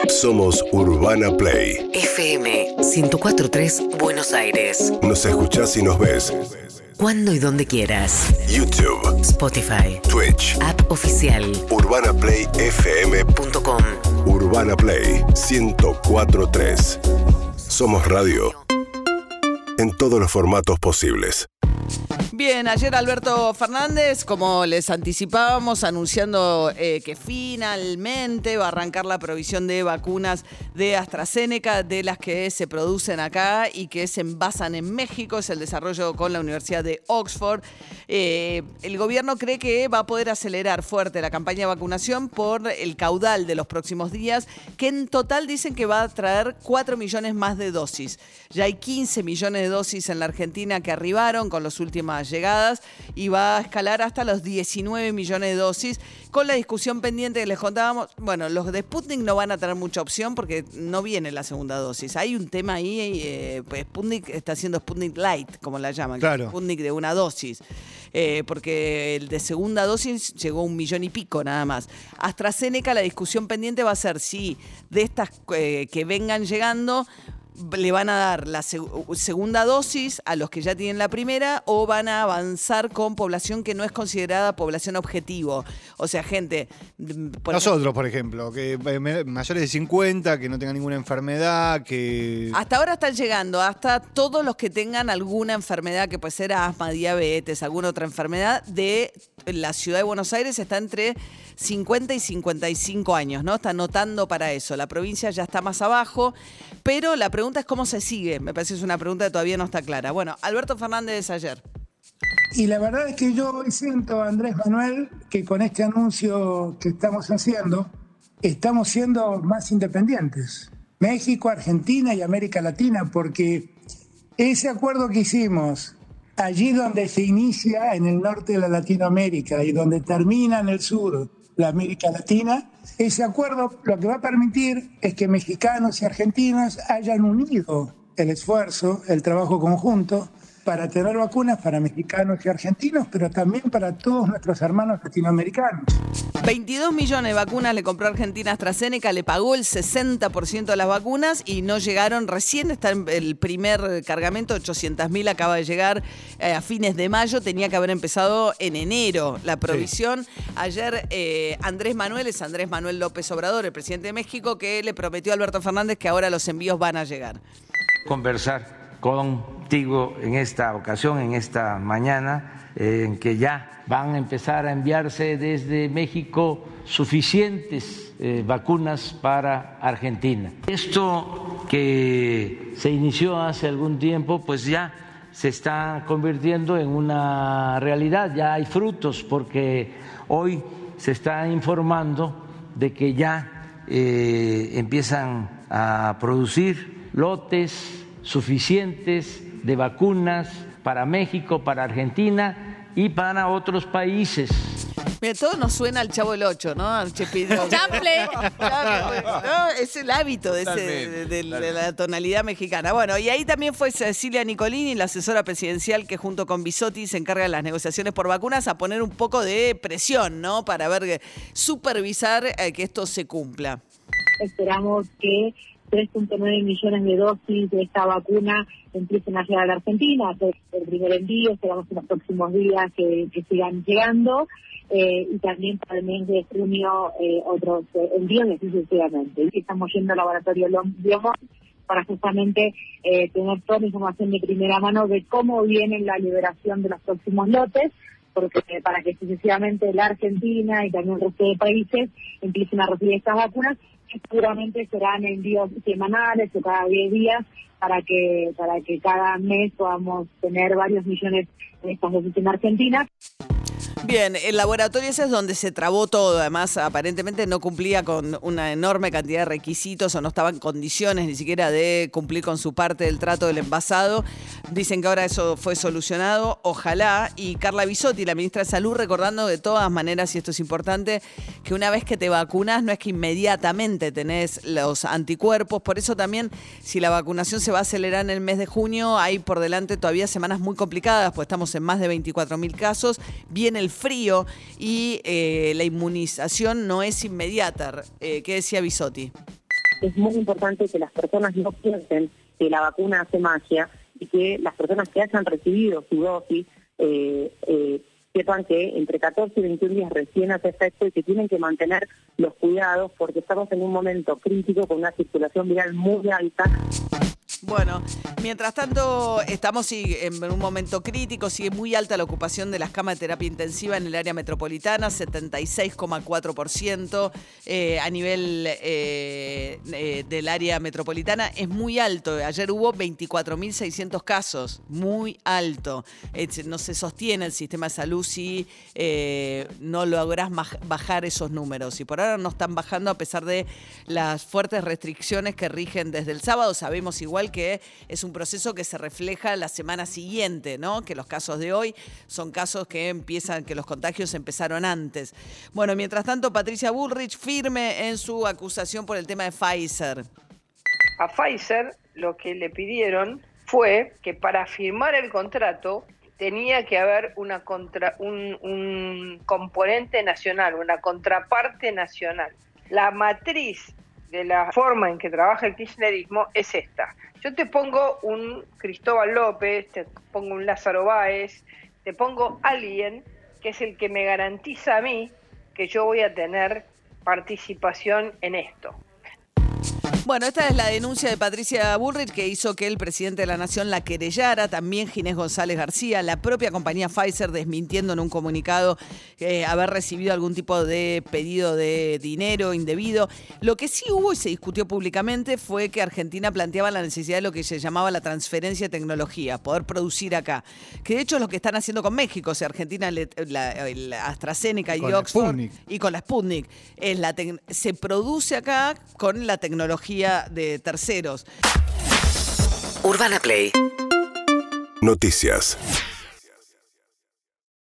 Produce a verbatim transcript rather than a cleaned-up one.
Somos Urbana Play. F M ciento cuatro punto tres Buenos Aires. Nos escuchás y nos ves. Cuando y donde quieras. YouTube, Spotify, Twitch, app oficial, urbana play f m punto com. Urbana Play ciento cuatro punto tres. Somos radio en todos los formatos posibles. Bien, ayer Alberto Fernández, como les anticipábamos, anunciando eh, que finalmente va a arrancar la provisión de vacunas de AstraZeneca, de las que se producen acá y que se envasan en México. Es el desarrollo con la Universidad de Oxford. Eh, el gobierno cree que va a poder acelerar fuerte la campaña de vacunación por el caudal de los próximos días, que en total dicen que va a traer cuatro millones más de dosis. Ya hay quince millones de dosis en la Argentina que arribaron con las últimas llegadas y va a escalar hasta los diecinueve millones de dosis, con la discusión pendiente que les contábamos. Bueno, los de Sputnik no van a tener mucha opción porque no viene la segunda dosis. Hay un tema ahí, eh, pues Sputnik está haciendo Sputnik Light, como la llaman, claro. Sputnik de una dosis. Eh, porque el de segunda dosis llegó a un millón y pico nada más. AstraZeneca, la discusión pendiente va a ser si de estas eh, que vengan llegando le van a dar la seg- segunda dosis a los que ya tienen la primera, o van a avanzar con población que no es considerada población objetivo. O sea, gente... Por Nosotros, ejemplo, por ejemplo, que eh, mayores de cincuenta, que no tengan ninguna enfermedad, que... hasta ahora están llegando hasta todos los que tengan alguna enfermedad, que puede ser asma, diabetes, alguna otra enfermedad, de la ciudad de Buenos Aires está entre cincuenta y cincuenta y cinco años, ¿no? Está anotando para eso. La provincia ya está más abajo, pero la pregunta es cómo se sigue. Me parece que es una pregunta que todavía no está clara. Bueno, Alberto Fernández ayer. Y la verdad es que yo hoy siento, Andrés Manuel, que con este anuncio que estamos haciendo, estamos siendo más independientes. México, Argentina y América Latina, porque ese acuerdo que hicimos allí donde se inicia en el norte de la Latinoamérica y donde termina en el sur la América Latina, ese acuerdo lo que va a permitir es que mexicanos y argentinos hayan unido el esfuerzo, el trabajo conjunto, para tener vacunas para mexicanos y argentinos, pero también para todos nuestros hermanos latinoamericanos. veintidós millones de vacunas le compró Argentina a AstraZeneca, le pagó el sesenta por ciento de las vacunas y no llegaron. Recién está el primer cargamento, ochocientos mil acaba de llegar eh, a fines de mayo. Tenía que haber empezado en enero la provisión. Sí. Ayer eh, Andrés Manuel, es Andrés Manuel López Obrador, el presidente de México, que le prometió a Alberto Fernández que ahora los envíos van a llegar. Conversar contigo en esta ocasión, en esta mañana, eh, en que ya van a empezar a enviarse desde México suficientes eh, vacunas para Argentina. Esto que se inició hace algún tiempo, pues ya se está convirtiendo en una realidad, ya hay frutos, porque hoy se está informando de que ya eh, empiezan a producir lotes suficientes de vacunas para México, para Argentina y para otros países. Mira, todo nos suena al Chavo del Ocho, ¿no? Al Chespirito. ¡Chample! No, es el hábito de, ese, de, de, de la tonalidad mexicana. Bueno, y ahí también fue Cecilia Nicolini, la asesora presidencial que junto con Bisotti se encarga de las negociaciones por vacunas, a poner un poco de presión, ¿no? Para ver, supervisar eh, que esto se cumpla. Esperamos que tres punto nueve millones de dosis de esta vacuna empiecen a llegar a la Argentina. El primer envío, esperamos en los próximos días que, que sigan llegando, eh, y también para el mes de junio eh, otros eh, envíos y así sucesivamente. Estamos yendo al laboratorio Biomon para justamente eh, tener toda la información de primera mano de cómo viene la liberación de los próximos lotes, porque eh, para que sucesivamente la Argentina y también el resto de países empiecen a recibir estas vacunas, que seguramente serán envíos semanales o cada diez días para que para que cada mes podamos tener varios millones de estas dosis en Argentina. Bien, el laboratorio ese es donde se trabó todo. Además, aparentemente no cumplía con una enorme cantidad de requisitos o no estaba en condiciones ni siquiera de cumplir con su parte del trato del envasado. Dicen que ahora eso fue solucionado, ojalá. Y Carla Bisotti, la ministra de Salud, recordando de todas maneras, y esto es importante, que una vez que te vacunas no es que inmediatamente tenés los anticuerpos. Por eso también, si la vacunación se va a acelerar en el mes de junio, hay por delante todavía semanas muy complicadas, pues estamos en más de veinticuatro mil casos. Viene el frío y eh, la inmunización no es inmediata. Eh, ¿Qué decía Bisotti? es muy importante que las personas no piensen que la vacuna hace magia y que las personas que hayan recibido su dosis eh, eh, sepan que entre catorce y veintiún días recién hace efecto y que tienen que mantener los cuidados porque estamos en un momento crítico con una circulación viral muy alta. Bueno, mientras tanto estamos en un momento crítico, sigue muy alta la ocupación de las camas de terapia intensiva en el área metropolitana, setenta y seis coma cuatro por ciento eh, a nivel eh, eh, del área metropolitana, es muy alto. Ayer hubo veinticuatro mil seiscientos casos, muy alto. Eh, no se sostiene el sistema de salud si eh, no lográs bajar esos números. Y por ahora no están bajando a pesar de las fuertes restricciones que rigen desde el sábado. Sabemos igual que es un proceso que se refleja la semana siguiente, ¿no? Que los casos de hoy son casos que empiezan, que los contagios empezaron antes. Bueno, mientras tanto, Patricia Bullrich firme en su acusación por el tema de Pfizer. A Pfizer lo que le pidieron fue que para firmar el contrato tenía que haber una contra, un, un componente nacional, una contraparte nacional. La matriz de la forma en que trabaja el kirchnerismo es esta. Yo te pongo un Cristóbal López, te pongo un Lázaro Báez, te pongo alguien que es el que me garantiza a mí que yo voy a tener participación en esto. Bueno, esta es la denuncia de Patricia Bullrich que hizo que el presidente de la Nación la querellara, también Ginés González García, la propia compañía Pfizer desmintiendo en un comunicado eh, haber recibido algún tipo de pedido de dinero indebido. Lo que sí hubo y se discutió públicamente fue que Argentina planteaba la necesidad de lo que se llamaba la transferencia de tecnología, poder producir acá, que de hecho es lo que están haciendo con México, o sea, Argentina, la, la, la AstraZeneca y, y Oxford y con la Sputnik, es la te- se produce acá con la tecnología de terceros. Urbana Play. Noticias.